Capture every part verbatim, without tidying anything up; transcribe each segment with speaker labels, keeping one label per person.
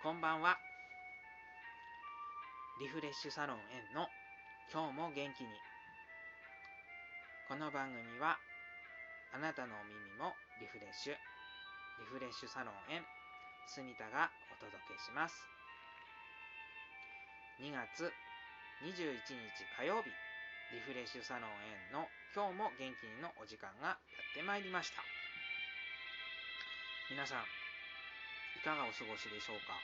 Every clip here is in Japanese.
Speaker 1: こんばんは。リフレッシュサロン円の今日も元気に。この番組はあなたのお耳もリフレッシュ、リフレッシュサロン円住田がお届けします。にがつにじゅういちにち火曜日、リフレッシュサロン円の今日も元気にのお時間がやってまいりました。皆さんいかがお過ごしでしょうか。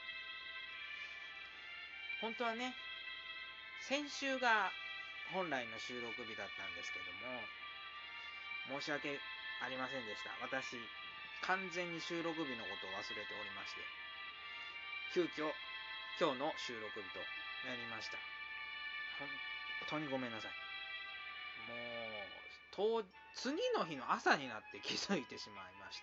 Speaker 1: 本当はね、先週が本来の収録日だったんですけども、申し訳ありませんでした。私完全に収録日のことを忘れておりまして、急遽今日の収録日となりました。本当にごめんなさい。もう次の日の朝になって気づいてしまいまして、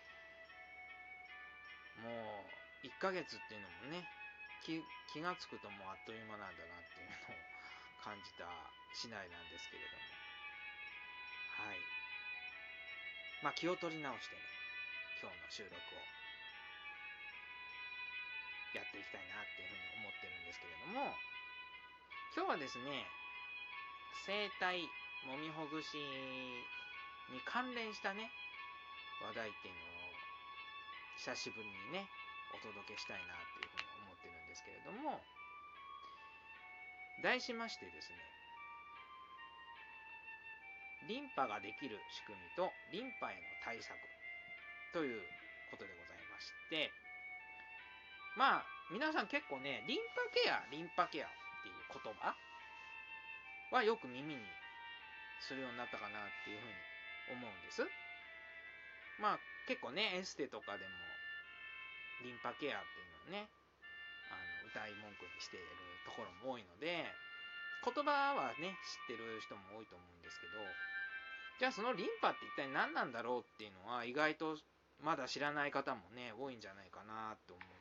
Speaker 1: もういっかげつっていうのもね、 気, 気がつくともうあっという間なんだなっていうのを感じた次第なんですけれども、はい、まあ気を取り直してね、今日の収録をやっていきたいなっていうふうに思ってるんですけれども、今日はですね、整体もみほぐしに関連したね話題っていうのを久しぶりにねお届けしたいなっていうふうに思ってるんですけれども、題しましてですね、リンパができる仕組みとリンパへの対策ということでございまして、まあ皆さん結構ね、リンパケアリンパケアっていう言葉はよく耳にするようになったかなっていうふうに思うんです。まあ結構ね、エステとかでもリンパケアっていうのをね、あの歌い文句にしているところも多いので、言葉はね知ってる人も多いと思うんですけど、じゃあそのリンパって一体何なんだろうっていうのは意外とまだ知らない方もね多いんじゃないかなと思って、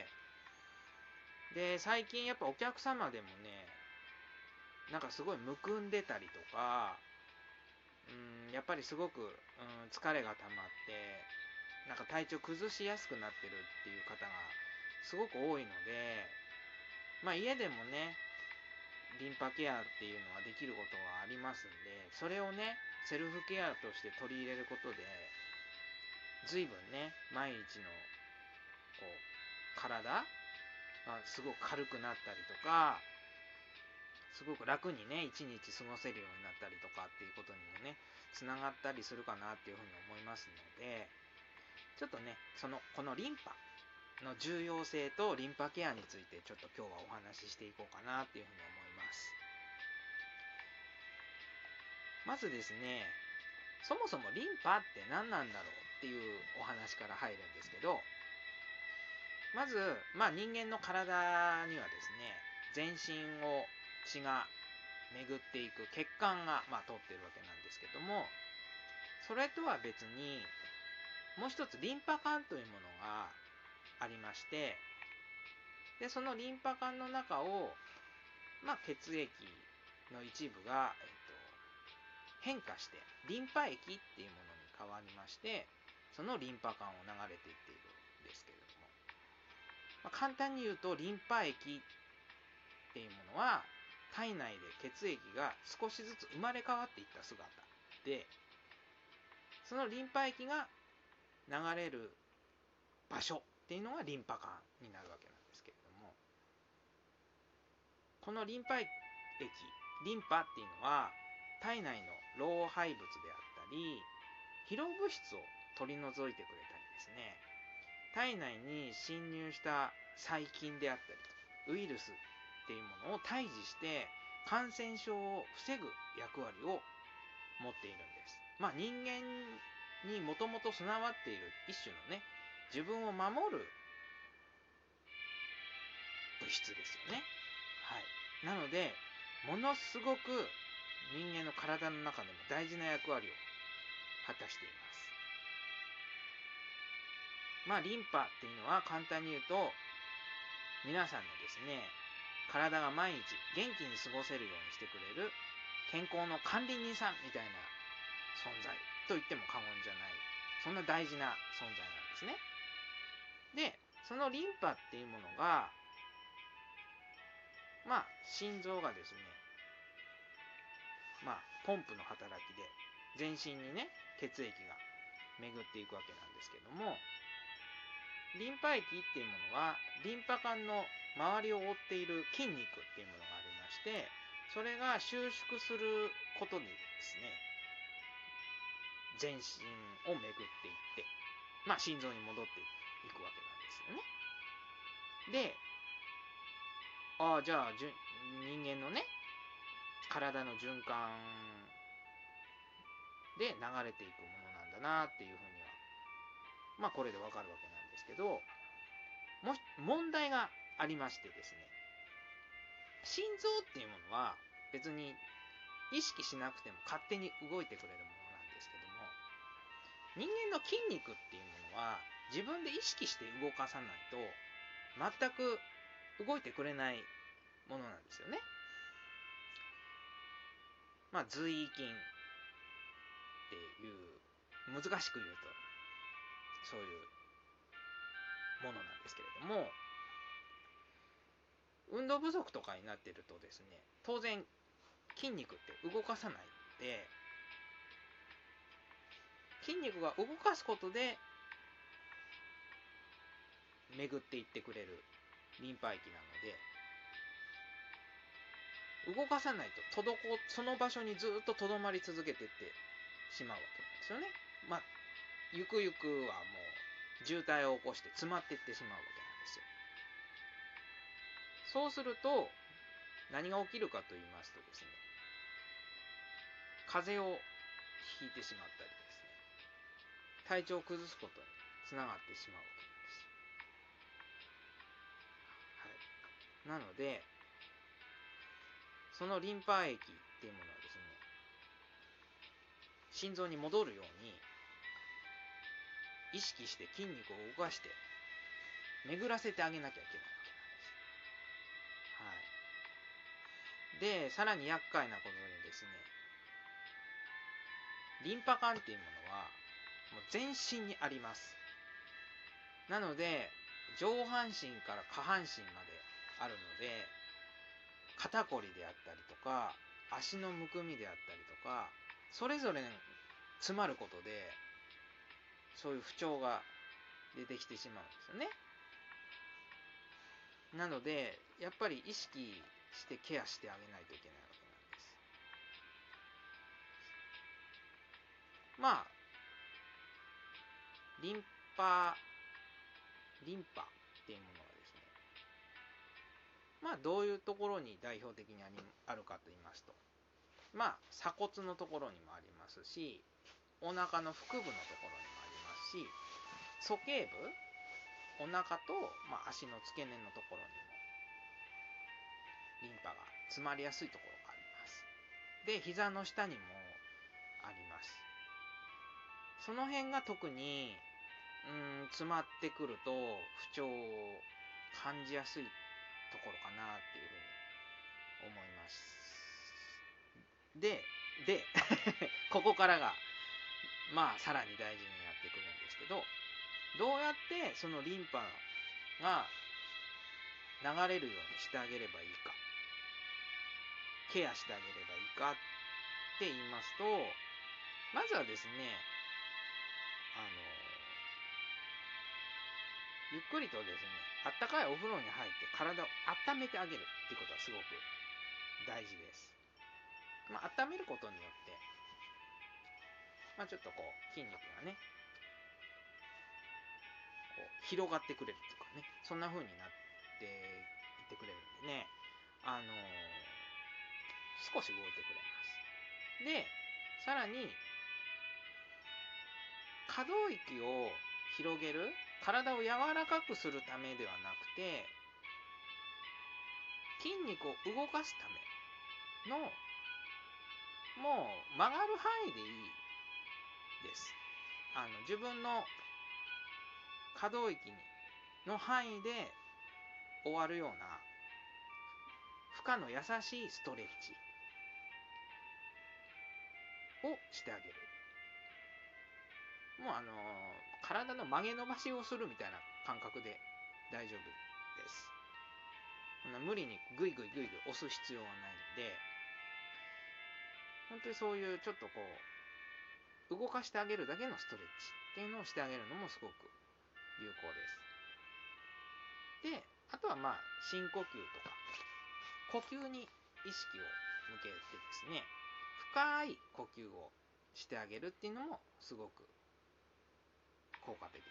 Speaker 1: で最近やっぱお客様でもね、なんかすごいむくんでたりとか、うんやっぱりすごく、うん、疲れが溜まってなんか体調崩しやすくなってるっていう方がすごく多いので、まあ家でもねリンパケアっていうのはできることはありますんで、それをねセルフケアとして取り入れることで随分ね毎日のこう体がすごく軽くなったりとか、すごく楽にね一日過ごせるようになったりとかっていうことにもねつながったりするかなっていうふうに思いますので、ちょっとねそのこのリンパの重要性とリンパケアについてちょっと今日はお話ししていこうかなっていうふうに思います。まずですね、そもそもリンパって何なんだろうっていうお話から入るんですけど、まず、まあ、人間の体にはですね、全身を血が巡っていく血管が、まあ、通っているわけなんですけども、それとは別にもう一つリンパ管というものがありまして、でそのリンパ管の中を、まあ、血液の一部が、えっと、変化してリンパ液っていうものに変わりまして、そのリンパ管を流れていっているんですけれども、まあ、簡単に言うとリンパ液っていうものは体内で血液が少しずつ生まれ変わっていった姿で、そのリンパ液が流れる場所っていうのがリンパ管になるわけなんですけれども、このリンパ液、リンパっていうのは体内の老廃物であったり疲労物質を取り除いてくれたりですね、体内に侵入した細菌であったりウイルスっていうものを退治して感染症を防ぐ役割を持っているんです。まあ人間にもともと備わっている一種のね、自分を守る物質ですよね。はい。なのでものすごく人間の体の中でも大事な役割を果たしています。まあリンパっていうのは簡単に言うと、皆さんのですね体が毎日元気に過ごせるようにしてくれる健康の管理人さんみたいな存在と言っても過言じゃない、そんな大事な存在なんですね。でそのリンパっていうものが、まあ心臓がですね、まあポンプの働きで全身にね血液が巡っていくわけなんですけども、リンパ液っていうものはリンパ管の周りを覆っている筋肉っていうものがありまして、それが収縮することでですね、全身を巡っていって、まあ心臓に戻っていくわけなんですよね。で、ああじゃあ人間のね体の循環で流れていくものなんだなっていうふうには、まあこれでわかるわけなんですけど、も問題がありましてですね、心臓っていうものは別に意識しなくても勝手に動いてくれるものなんですけども、人間の筋肉っていうものは自分で意識して動かさないと全く動いてくれないものなんですよね。まあ髄筋っていう難しく言うとそういうものなんですけれども、運動不足とかになっているとですね、当然筋肉って動かさないので、筋肉が動かすことで巡っていってくれるリンパ液なので、動かさないと滞その場所にずっととどまり続けていってしまうわけなんですよね。まあゆくゆくはもう渋滞を起こして詰まっていってしまうわけなんですよ。そうすると何が起きるかと言いますとですね、風邪をひいてしまったりですね、体調を崩すことにつながってしまうわけなんです。はい、なのでそのリンパ液っていうものはですね、心臓に戻るように意識して筋肉を動かして巡らせてあげなきゃいけないわけなんです。はい、でさらに厄介なことにですね、リンパ管っていうものはもう全身にあります。なので上半身から下半身まであるので、肩こりであったりとか足のむくみであったりとか、それぞれ詰まることでそういう不調が出てきてしまうんですよね。なのでやっぱり意識してケアしてあげないといけないわけなんです。まあリンパリンパっていうものはですね、まあどういうところに代表的にありあるかと言いますと、まあ鎖骨のところにもありますし、お腹の腹部のところにもありますし、鼠径部、お腹と、まあ、足の付け根のところにもリンパが詰まりやすいところがあります。で、膝の下にもあります。その辺が特にうん詰まってくると不調を感じやすいところかなっていうふうに思います。で、でここからがまあさらに大事になってくるんですけど、どうやってそのリンパが流れるようにしてあげればいいか、ケアしてあげればいいかって言いますと、まずはですね、あのゆっくりとですね、あったかいお風呂に入って体を温めてあげるっていうことはすごく大事です。まあ、温めることによって、まあ、ちょっとこう筋肉がねこう広がってくれるっていうかね、そんな風になっていってくれるんでね、あのー、少し動いてくれます。でさらに可動域を広げる、体を柔らかくするためではなくて、筋肉を動かすためのもう曲がる範囲でいいです。あの自分の可動域の範囲で終わるような負荷の優しいストレッチをしてあげる。もうあの体の曲げ伸ばしをするみたいな感覚で大丈夫です。そんな無理にグイグイグイグイ押す必要はないんで、本当にそういうちょっとこう動かしてあげるだけのストレッチっていうのをしてあげるのもすごく有効です。で、あとはまあ深呼吸とか呼吸に意識を向けてですね、深い呼吸をしてあげるっていうのもすごく効果的です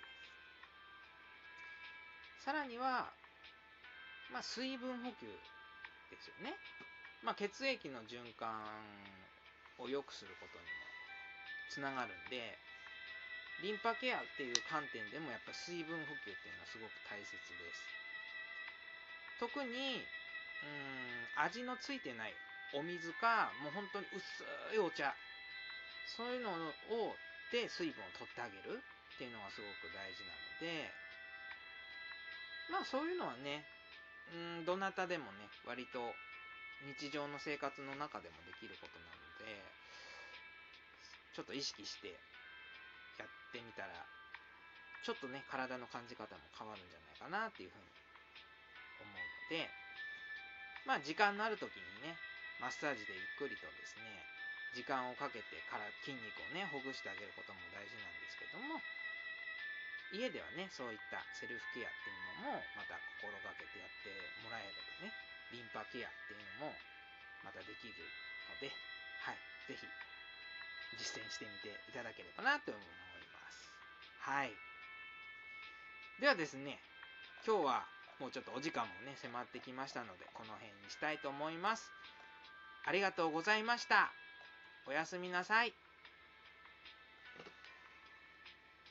Speaker 1: 。さらには、まあ、水分補給ですよね。まあ、血液の循環を良くすることにもつながるんで、リンパケアっていう観点でもやっぱ水分補給っていうのはすごく大切です。特にうーん味のついてないお水か、もう本当に薄いお茶、そういうのをで水分を取ってあげるっていうのがすごく大事なので、まあそういうのはね、うん、どなたでもね、割と日常の生活の中でもできることなので、ちょっと意識してやってみたら、ちょっとね、体の感じ方も変わるんじゃないかなっていうふうに思うので、まあ時間のある時にね、マッサージでゆっくりとですね、時間をかけてから筋肉をね、ほぐしてあげることも大事なんですけども、家ではね、そういったセルフケアっていうのもまた心がけてやってもらえればね、リンパケアっていうのもまたできるので、はい、ぜひ実践してみていただければなと思います。はい。ではですね、今日はもうちょっとお時間もね、迫ってきましたので、この辺にしたいと思います。ありがとうございました。おやすみなさい。